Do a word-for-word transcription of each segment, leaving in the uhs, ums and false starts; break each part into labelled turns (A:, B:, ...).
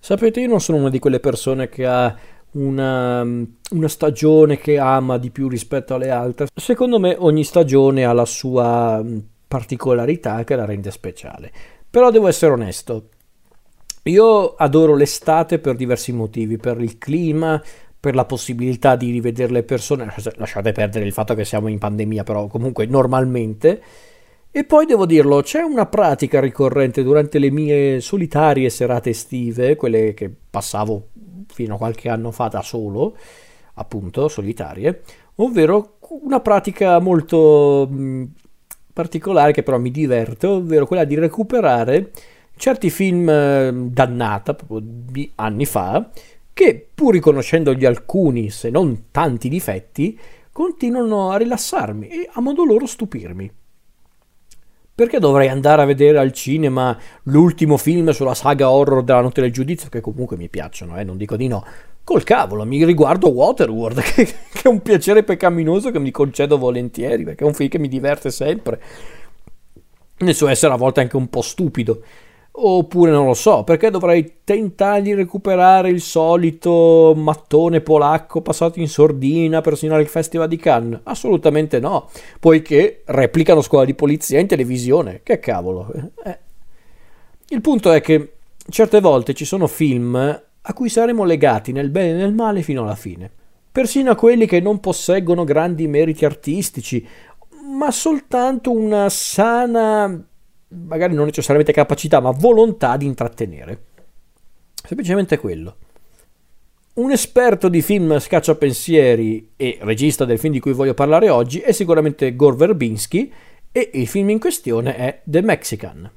A: Sapete, io non sono una di quelle persone che ha una, una stagione che ama di più rispetto alle altre. Secondo me ogni stagione ha la sua particolarità che la rende speciale. Però devo essere onesto, io adoro l'estate per diversi motivi, per il clima, per la possibilità di rivedere le persone, lasciate perdere il fatto che siamo in pandemia, però comunque normalmente. E poi devo dirlo, c'è una pratica ricorrente durante le mie solitarie serate estive, quelle che passavo fino a qualche anno fa da solo, appunto, solitarie, ovvero una pratica molto mh, particolare che però mi diverte, ovvero quella di recuperare certi film eh, dannata, proprio di anni fa, che pur riconoscendogli alcuni, se non tanti difetti, continuano a rilassarmi e a modo loro stupirmi. Perché dovrei andare a vedere al cinema l'ultimo film sulla saga horror della Notte del Giudizio, che comunque mi piacciono, eh, non dico di no. Col cavolo, mi riguardo Waterworld, che, che è un piacere peccaminoso che mi concedo volentieri, perché è un film che mi diverte sempre, nel suo essere a volte anche un po' stupido. Oppure non lo so, perché dovrei tentare di recuperare il solito mattone polacco passato in sordina per segnare il Festival di Cannes? Assolutamente no, poiché replicano Scuola di Polizia in televisione. Che cavolo. Eh. Il punto è che certe volte ci sono film a cui saremo legati nel bene e nel male fino alla fine. Persino a quelli che non posseggono grandi meriti artistici, ma soltanto una sana, magari non necessariamente capacità, ma volontà di intrattenere. Semplicemente quello. Un esperto di film scacciapensieri e regista del film di cui voglio parlare oggi è sicuramente Gore Verbinski, e il film in questione è The Mexican.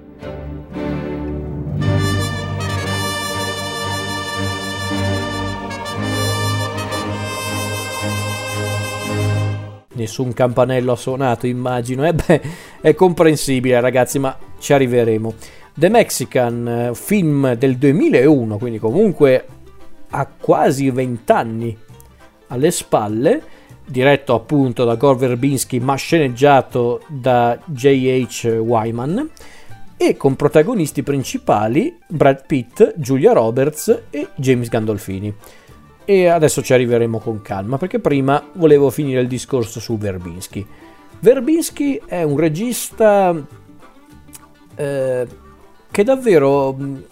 A: Nessun campanello ha suonato, immagino. Eh beh, è comprensibile, ragazzi, ma ci arriveremo. The Mexican, film del duemilauno, quindi comunque ha quasi vent'anni alle spalle, diretto appunto da Gore Verbinski, ma sceneggiato da J H. Wyman, e con protagonisti principali Brad Pitt, Julia Roberts e James Gandolfini. E adesso ci arriveremo con calma, perché prima volevo finire il discorso su Verbinski. Verbinski è un regista eh, che davvero mh,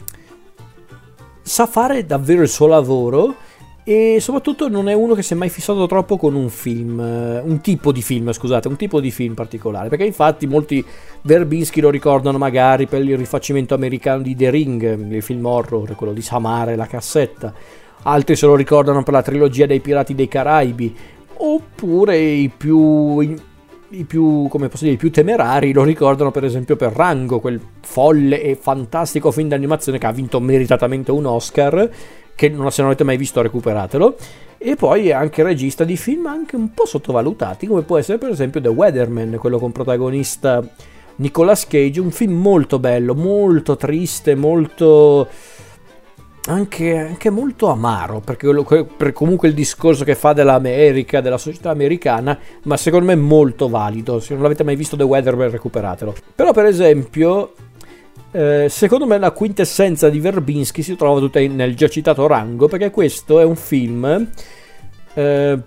A: sa fare davvero il suo lavoro, e soprattutto non è uno che si è mai fissato troppo con un film, eh, un tipo di film, scusate, un tipo di film particolare, perché infatti molti Verbinski lo ricordano magari per il rifacimento americano di The Ring, il film horror, quello di Samara e la cassetta. Altri se lo ricordano per la trilogia dei Pirati dei Caraibi, oppure i più, i, i più, come posso dire, i più temerari lo ricordano per esempio per Rango, quel folle e fantastico film d'animazione che ha vinto meritatamente un Oscar, che non, se non avete mai visto recuperatelo. E poi è anche regista di film anche un po' sottovalutati, come può essere per esempio The Weatherman, quello con protagonista Nicolas Cage, un film molto bello, molto triste, molto... Anche, anche molto amaro, perché per comunque il discorso che fa dell'America, della società americana, ma secondo me molto valido. Se non l'avete mai visto The Weatherman, recuperatelo. Però per esempio eh, secondo me la quintessenza di Verbinski si trova tutta nel già citato Rango, perché questo è un film eh,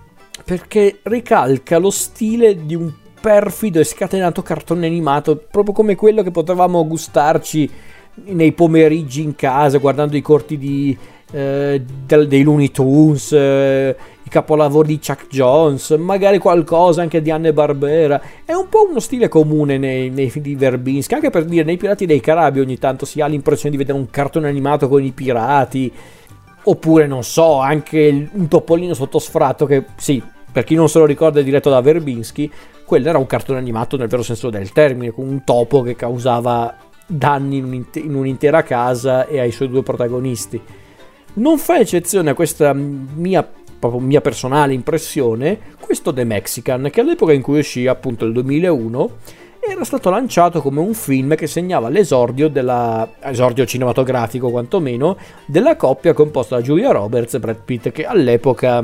A: perché ricalca lo stile di un perfido e scatenato cartone animato, proprio come quello che potevamo gustarci nei pomeriggi in casa guardando i corti di, eh, del, dei Looney Tunes, eh, i capolavori di Chuck Jones, magari qualcosa anche di Hanna-Barbera. È un po' uno stile comune nei, nei film di Verbinski, anche per dire nei Pirati dei Caraibi ogni tanto si ha l'impressione di vedere un cartone animato con i pirati, oppure non so, anche un Topolino sotto sfratto, che sì, per chi non se lo ricorda è diretto da Verbinski, quello era un cartone animato nel vero senso del termine, con un topo che causava danni in un'intera casa e ai suoi due protagonisti. Non fa eccezione a questa mia, proprio mia personale impressione questo The Mexican, che all'epoca in cui uscì, appunto il duemilauno, era stato lanciato come un film che segnava l'esordio della esordio cinematografico quantomeno della coppia composta da Julia Roberts e Brad Pitt, che all'epoca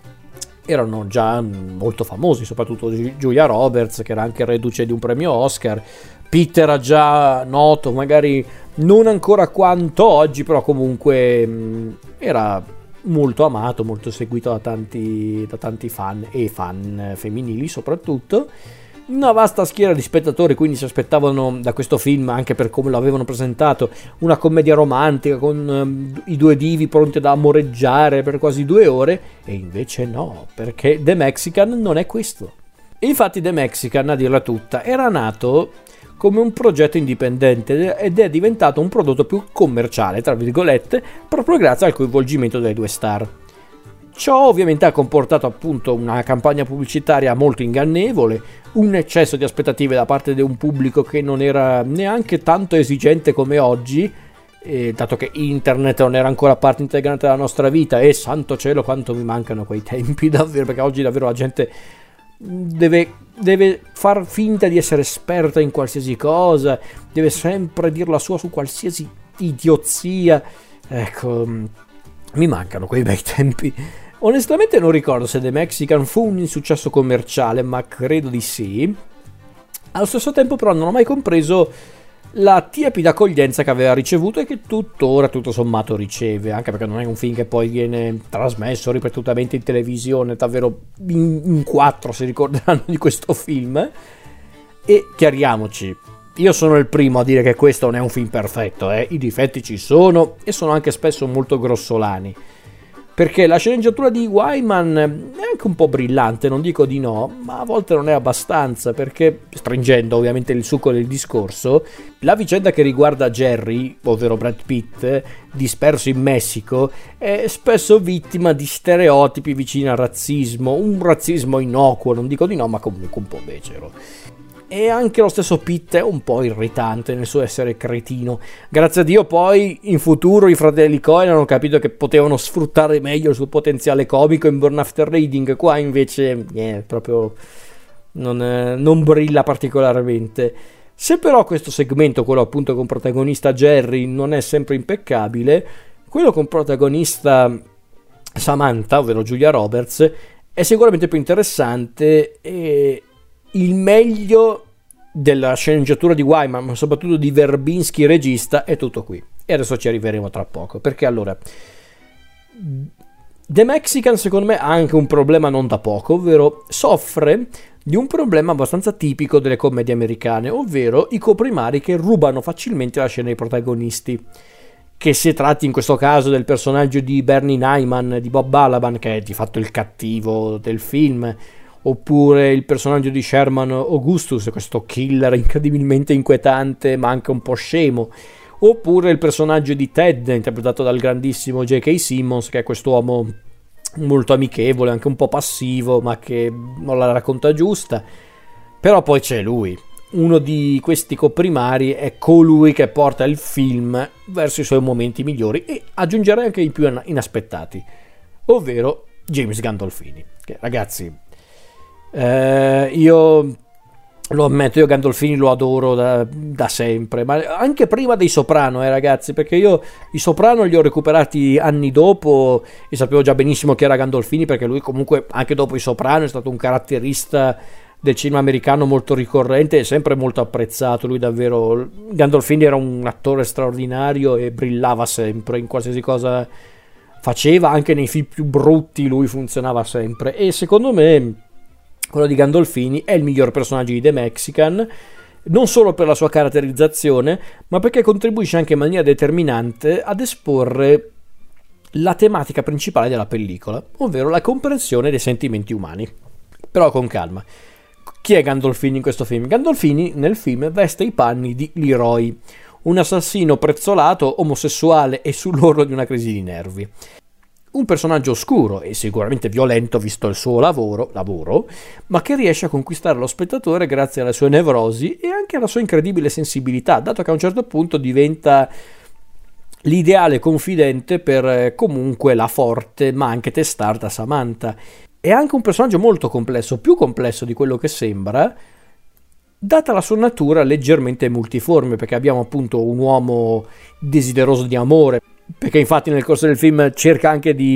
A: erano già molto famosi, soprattutto Julia Roberts, che era anche reduce di un premio Oscar Pitt era già noto, magari non ancora quanto oggi, però comunque mh, era molto amato, molto seguito da tanti, da tanti fan e fan femminili soprattutto. Una vasta schiera di spettatori quindi si aspettavano da questo film, anche per come lo avevano presentato, una commedia romantica con um, i due divi pronti ad amoreggiare per quasi due ore, e invece no, perché The Mexican non è questo. E infatti The Mexican, a dirla tutta, era nato come un progetto indipendente ed è diventato un prodotto più commerciale, tra virgolette, proprio grazie al coinvolgimento delle due star. Ciò ovviamente ha comportato appunto una campagna pubblicitaria molto ingannevole, un eccesso di aspettative da parte di un pubblico che non era neanche tanto esigente come oggi, eh, dato che internet non era ancora parte integrante della nostra vita, e santo cielo quanto mi mancano quei tempi davvero, perché oggi davvero la gente deve, deve far finta di essere esperta in qualsiasi cosa, deve sempre dir la sua su qualsiasi idiozia. Ecco, mi mancano quei bei tempi. Onestamente non ricordo se The Mexican fu un insuccesso commerciale, ma credo di sì. Allo stesso tempo però non ho mai compreso la tiepida accoglienza che aveva ricevuto e che tuttora tutto sommato riceve, anche perché non è un film che poi viene trasmesso ripetutamente in televisione, davvero in, in quattro si ricorderanno di questo film. E chiariamoci, io sono il primo a dire che questo non è un film perfetto, eh. I difetti ci sono e sono anche spesso molto grossolani, perché la sceneggiatura di Wyman è anche un po' brillante, non dico di no, ma a volte non è abbastanza, perché, stringendo ovviamente il succo del discorso, la vicenda che riguarda Jerry, ovvero Brad Pitt, disperso in Messico, è spesso vittima di stereotipi vicini al razzismo, un razzismo innocuo, non dico di no, ma comunque un po' becero. E anche lo stesso Pitt è un po' irritante nel suo essere cretino. Grazie a Dio poi in futuro i fratelli Coen hanno capito che potevano sfruttare meglio il suo potenziale comico in Burn After Reading. Qua invece eh, proprio non, eh, non brilla particolarmente. Se però questo segmento, quello appunto con protagonista Jerry, non è sempre impeccabile, quello con protagonista Samantha, ovvero Julia Roberts, è sicuramente più interessante. E il meglio della sceneggiatura di Wyman, ma soprattutto di Verbinski regista, è tutto qui. E adesso ci arriveremo tra poco, perché allora The Mexican secondo me ha anche un problema non da poco, ovvero soffre di un problema abbastanza tipico delle commedie americane, ovvero i coprimari che rubano facilmente la scena ai protagonisti. Che si tratti in questo caso del personaggio di Bernie Nyman, di Bob Balaban, che è di fatto il cattivo del film, oppure il personaggio di Sherman Augustus, questo killer incredibilmente inquietante ma anche un po' scemo, oppure il personaggio di Ted, interpretato dal grandissimo J K. Simmons, che è quest'uomo molto amichevole, anche un po' passivo, ma che non la racconta giusta. Però poi c'è lui, uno di questi coprimari è colui che porta il film verso i suoi momenti migliori, e aggiungerei anche i più inaspettati, ovvero James Gandolfini, che ragazzi, Eh, io lo ammetto, io Gandolfini lo adoro da, da sempre, ma anche prima dei Soprano, eh ragazzi, perché io i Soprano li ho recuperati anni dopo e sapevo già benissimo chi era Gandolfini, perché lui comunque anche dopo i Soprano è stato un caratterista del cinema americano molto ricorrente e sempre molto apprezzato. Lui davvero, Gandolfini era un attore straordinario e brillava sempre in qualsiasi cosa faceva, anche nei film più brutti lui funzionava sempre. E secondo me quello di Gandolfini è il miglior personaggio di The Mexican, non solo per la sua caratterizzazione, ma perché contribuisce anche in maniera determinante ad esporre la tematica principale della pellicola, ovvero la comprensione dei sentimenti umani. Però con calma. Chi è Gandolfini in questo film? Gandolfini nel film veste i panni di Leroy, un assassino prezzolato, omosessuale e sull'orlo di una crisi di nervi. Un personaggio oscuro e sicuramente violento visto il suo lavoro, lavoro, ma che riesce a conquistare lo spettatore grazie alle sue nevrosi e anche alla sua incredibile sensibilità, dato che a un certo punto diventa l'ideale confidente per comunque la forte ma anche testarda Samantha. È anche un personaggio molto complesso, più complesso di quello che sembra, data la sua natura leggermente multiforme, perché abbiamo appunto un uomo desideroso di amore, perché infatti nel corso del film cerca anche di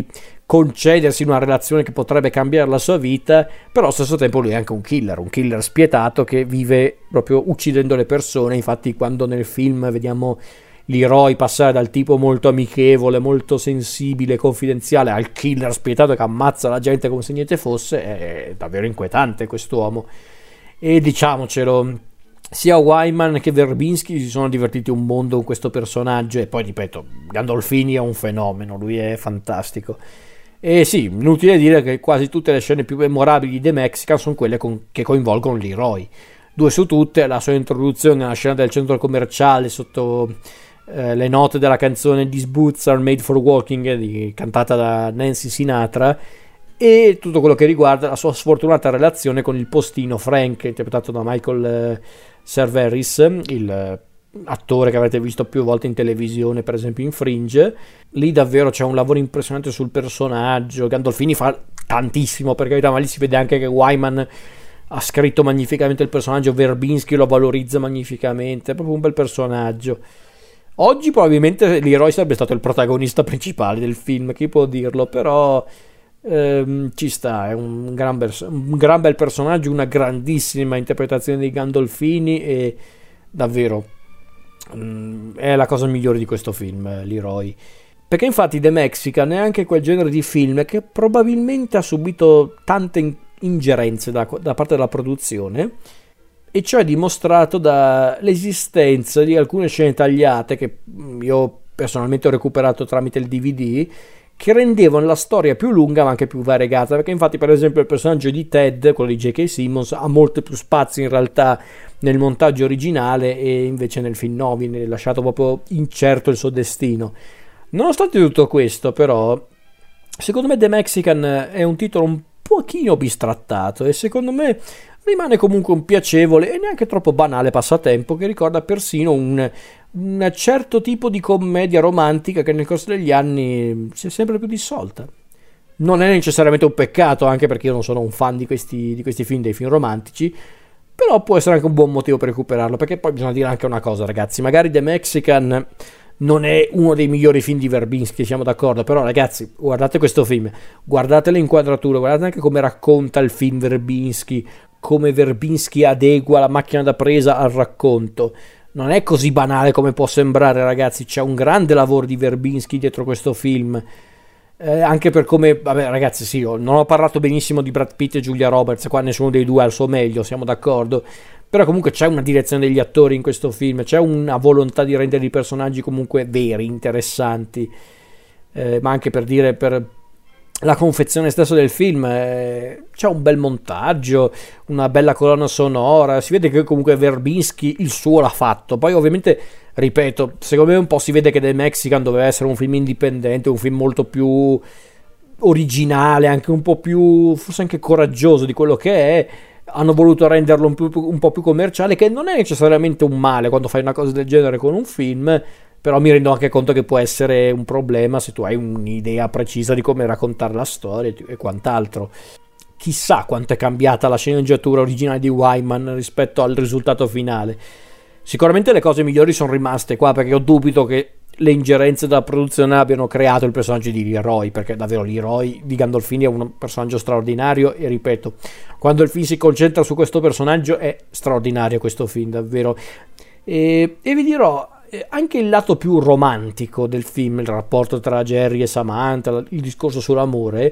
A: concedersi una relazione che potrebbe cambiare la sua vita, però allo stesso tempo lui è anche un killer, un killer spietato che vive proprio uccidendo le persone. Infatti quando nel film vediamo Leroy passare dal tipo molto amichevole, molto sensibile, confidenziale, al killer spietato che ammazza la gente come se niente fosse, è davvero inquietante quest'uomo. E diciamocelo, sia Wyman che Verbinski si sono divertiti un mondo con questo personaggio, e poi ripeto, Gandolfini è un fenomeno, lui è fantastico. E sì, inutile dire che quasi tutte le scene più memorabili di The Mexican sono quelle con, che coinvolgono Leroy. Due su tutte, la sua introduzione alla scena del centro commerciale sotto eh, le note della canzone These Boots Are Made for Walking, di, cantata da Nancy Sinatra, e tutto quello che riguarda la sua sfortunata relazione con il postino Frank, interpretato da Michael eh, Cerveris, il eh, attore che avrete visto più volte in televisione, per esempio in Fringe. Lì davvero c'è un lavoro impressionante sul personaggio. Gandolfini fa tantissimo, per carità, ma lì si vede anche che Wyman ha scritto magnificamente il personaggio, Verbinski lo valorizza magnificamente, è proprio un bel personaggio. Oggi probabilmente Leroy sarebbe stato il protagonista principale del film, chi può dirlo, però ehm, ci sta, è un gran, bel, un gran bel personaggio, una grandissima interpretazione di Gandolfini, e davvero mh, è la cosa migliore di questo film, Leroy. Perché infatti The Mexican è anche quel genere di film che probabilmente ha subito tante in- ingerenze da, da parte della produzione, e ciò è dimostrato dall'esistenza di alcune scene tagliate che io personalmente ho recuperato tramite il D V D, che rendevano la storia più lunga ma anche più variegata. Perché infatti, per esempio, il personaggio di Ted, quello di J K. Simmons, ha molto più spazio in realtà nel montaggio originale, e invece nel film no viene lasciato proprio incerto il suo destino. Nonostante tutto questo, però, secondo me The Mexican è un titolo un pochino bistrattato, e secondo me rimane comunque un piacevole e neanche troppo banale passatempo, che ricorda persino un, un certo tipo di commedia romantica che nel corso degli anni si è sempre più dissolta. Non è necessariamente un peccato, anche perché io non sono un fan di questi, di questi film, dei film romantici, però può essere anche un buon motivo per recuperarlo. Perché poi bisogna dire anche una cosa, ragazzi, magari The Mexican non è uno dei migliori film di Verbinski, siamo d'accordo, però ragazzi, guardate questo film, guardate le inquadrature, guardate anche come racconta il film Verbinski, come Verbinski adegua la macchina da presa al racconto. Non è così banale come può sembrare, ragazzi, c'è un grande lavoro di Verbinski dietro questo film, eh, anche per come, vabbè ragazzi, sì, non ho parlato benissimo di Brad Pitt e Julia Roberts, qua nessuno dei due ha il suo meglio, siamo d'accordo, però comunque c'è una direzione degli attori in questo film, c'è una volontà di rendere i personaggi comunque veri, interessanti, eh, ma anche per dire, per la confezione stessa del film, eh, c'è un bel montaggio, una bella colonna sonora, si vede che comunque Verbinski il suo l'ha fatto. Poi ovviamente, ripeto, secondo me un po' si vede che The Mexican doveva essere un film indipendente, un film molto più originale, anche un po' più, forse anche coraggioso di quello che è. Hanno voluto renderlo un, più, un po' più commerciale, che non è necessariamente un male quando fai una cosa del genere con un film, però mi rendo anche conto che può essere un problema se tu hai un'idea precisa di come raccontare la storia e quant'altro. Chissà quanto è cambiata la sceneggiatura originale di Wyman rispetto al risultato finale. Sicuramente le cose migliori sono rimaste qua, perché io dubito che le ingerenze della produzione abbiano creato il personaggio di Leroy, perché davvero Leroy di Gandolfini è un personaggio straordinario, e ripeto, quando il film si concentra su questo personaggio è straordinario questo film, davvero. E, e vi dirò, anche il lato più romantico del film, il rapporto tra Jerry e Samantha, il discorso sull'amore,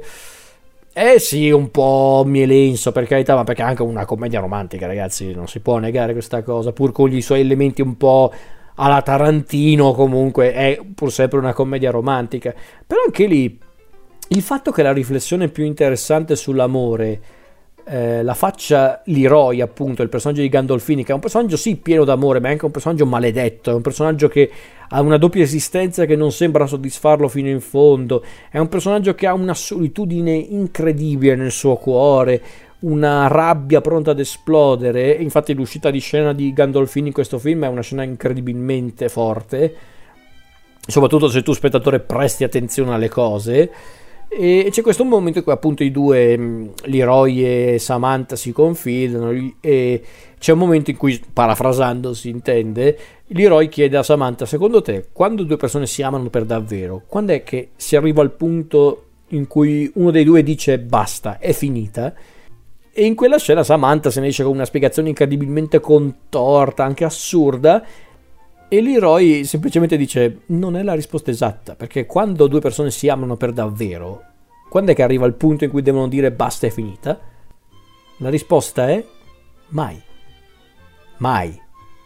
A: è sì un po' mielenso, per carità, ma perché è anche una commedia romantica, ragazzi, non si può negare questa cosa, pur con i suoi elementi un po' alla Tarantino, comunque è pur sempre una commedia romantica. Però anche lì il fatto che la riflessione più interessante sull'amore eh, la faccia Leroy, appunto, il personaggio di Gandolfini, che è un personaggio sì pieno d'amore, ma è anche un personaggio maledetto, è un personaggio che ha una doppia esistenza che non sembra soddisfarlo fino in fondo, è un personaggio che ha una solitudine incredibile nel suo cuore, una rabbia pronta ad esplodere. Infatti l'uscita di scena di Gandolfini in questo film è una scena incredibilmente forte, soprattutto se tu spettatore presti attenzione alle cose. E c'è questo momento in cui appunto i due, Leroy e Samantha, si confidano, e c'è un momento in cui, parafrasando si intende, Leroy chiede a Samantha: secondo te, quando due persone si amano per davvero, quando è che si arriva al punto in cui uno dei due dice basta, è finita, e in quella scena Samantha se ne esce con una spiegazione incredibilmente contorta, anche assurda, e Leroy semplicemente dice non è la risposta esatta, perché quando due persone si amano per davvero, quando è che arriva il punto in cui devono dire basta, è finita? La risposta è mai. Mai.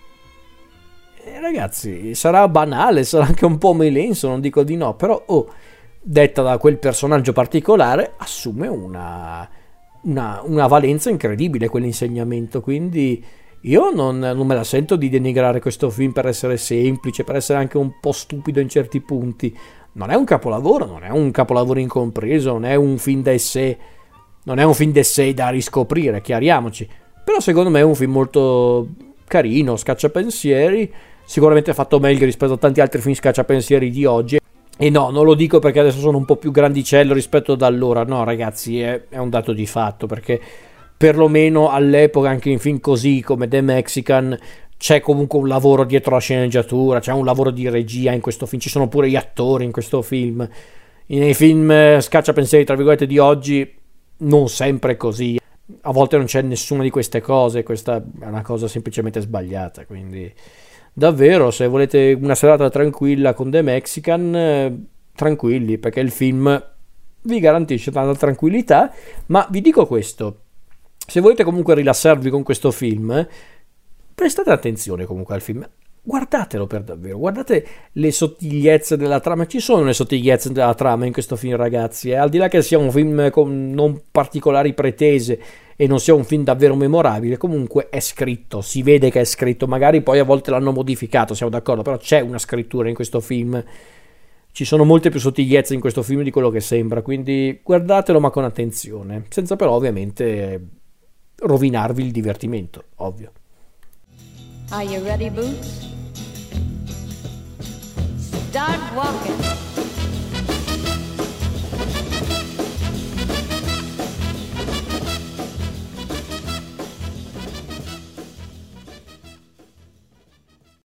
A: E ragazzi, sarà banale, sarà anche un po' melenso, non dico di no, però oh, detta da quel personaggio particolare assume una, una, una valenza incredibile quell'insegnamento, quindi io non, non me la sento di denigrare questo film per essere semplice, per essere anche un po' stupido in certi punti. Non è un capolavoro, non è un capolavoro incompreso, non è un film d'essè, non è un film d'essè da riscoprire, chiariamoci, però secondo me è un film molto carino, scacciapensieri, sicuramente fatto meglio rispetto a tanti altri film scacciapensieri di oggi. E no, non lo dico perché adesso sono un po' più grandicello rispetto ad allora, no ragazzi, è, è un dato di fatto, perché perlomeno all'epoca anche in film così come The Mexican c'è comunque un lavoro dietro la sceneggiatura, c'è un lavoro di regia in questo film, ci sono pure gli attori in questo film. Nei film scacciapensieri tra virgolette di oggi non sempre è così, a volte non c'è nessuna di queste cose, questa è una cosa semplicemente sbagliata, quindi davvero se volete una serata tranquilla con The Mexican, eh, tranquilli, perché il film vi garantisce tanta tranquillità. Ma vi dico questo, se volete comunque rilassarvi con questo film, prestate attenzione comunque al film, guardatelo per davvero, guardate le sottigliezze della trama, ci sono le sottigliezze della trama in questo film ragazzi, e al di là che sia un film con non particolari pretese e non sia un film davvero memorabile, comunque è scritto, si vede che è scritto, magari poi a volte l'hanno modificato, siamo d'accordo, però c'è una scrittura in questo film, ci sono molte più sottigliezze in questo film di quello che sembra, quindi guardatelo ma con attenzione, senza però ovviamente rovinarvi il divertimento, ovvio.
B: Are you ready, Boots? Start walking.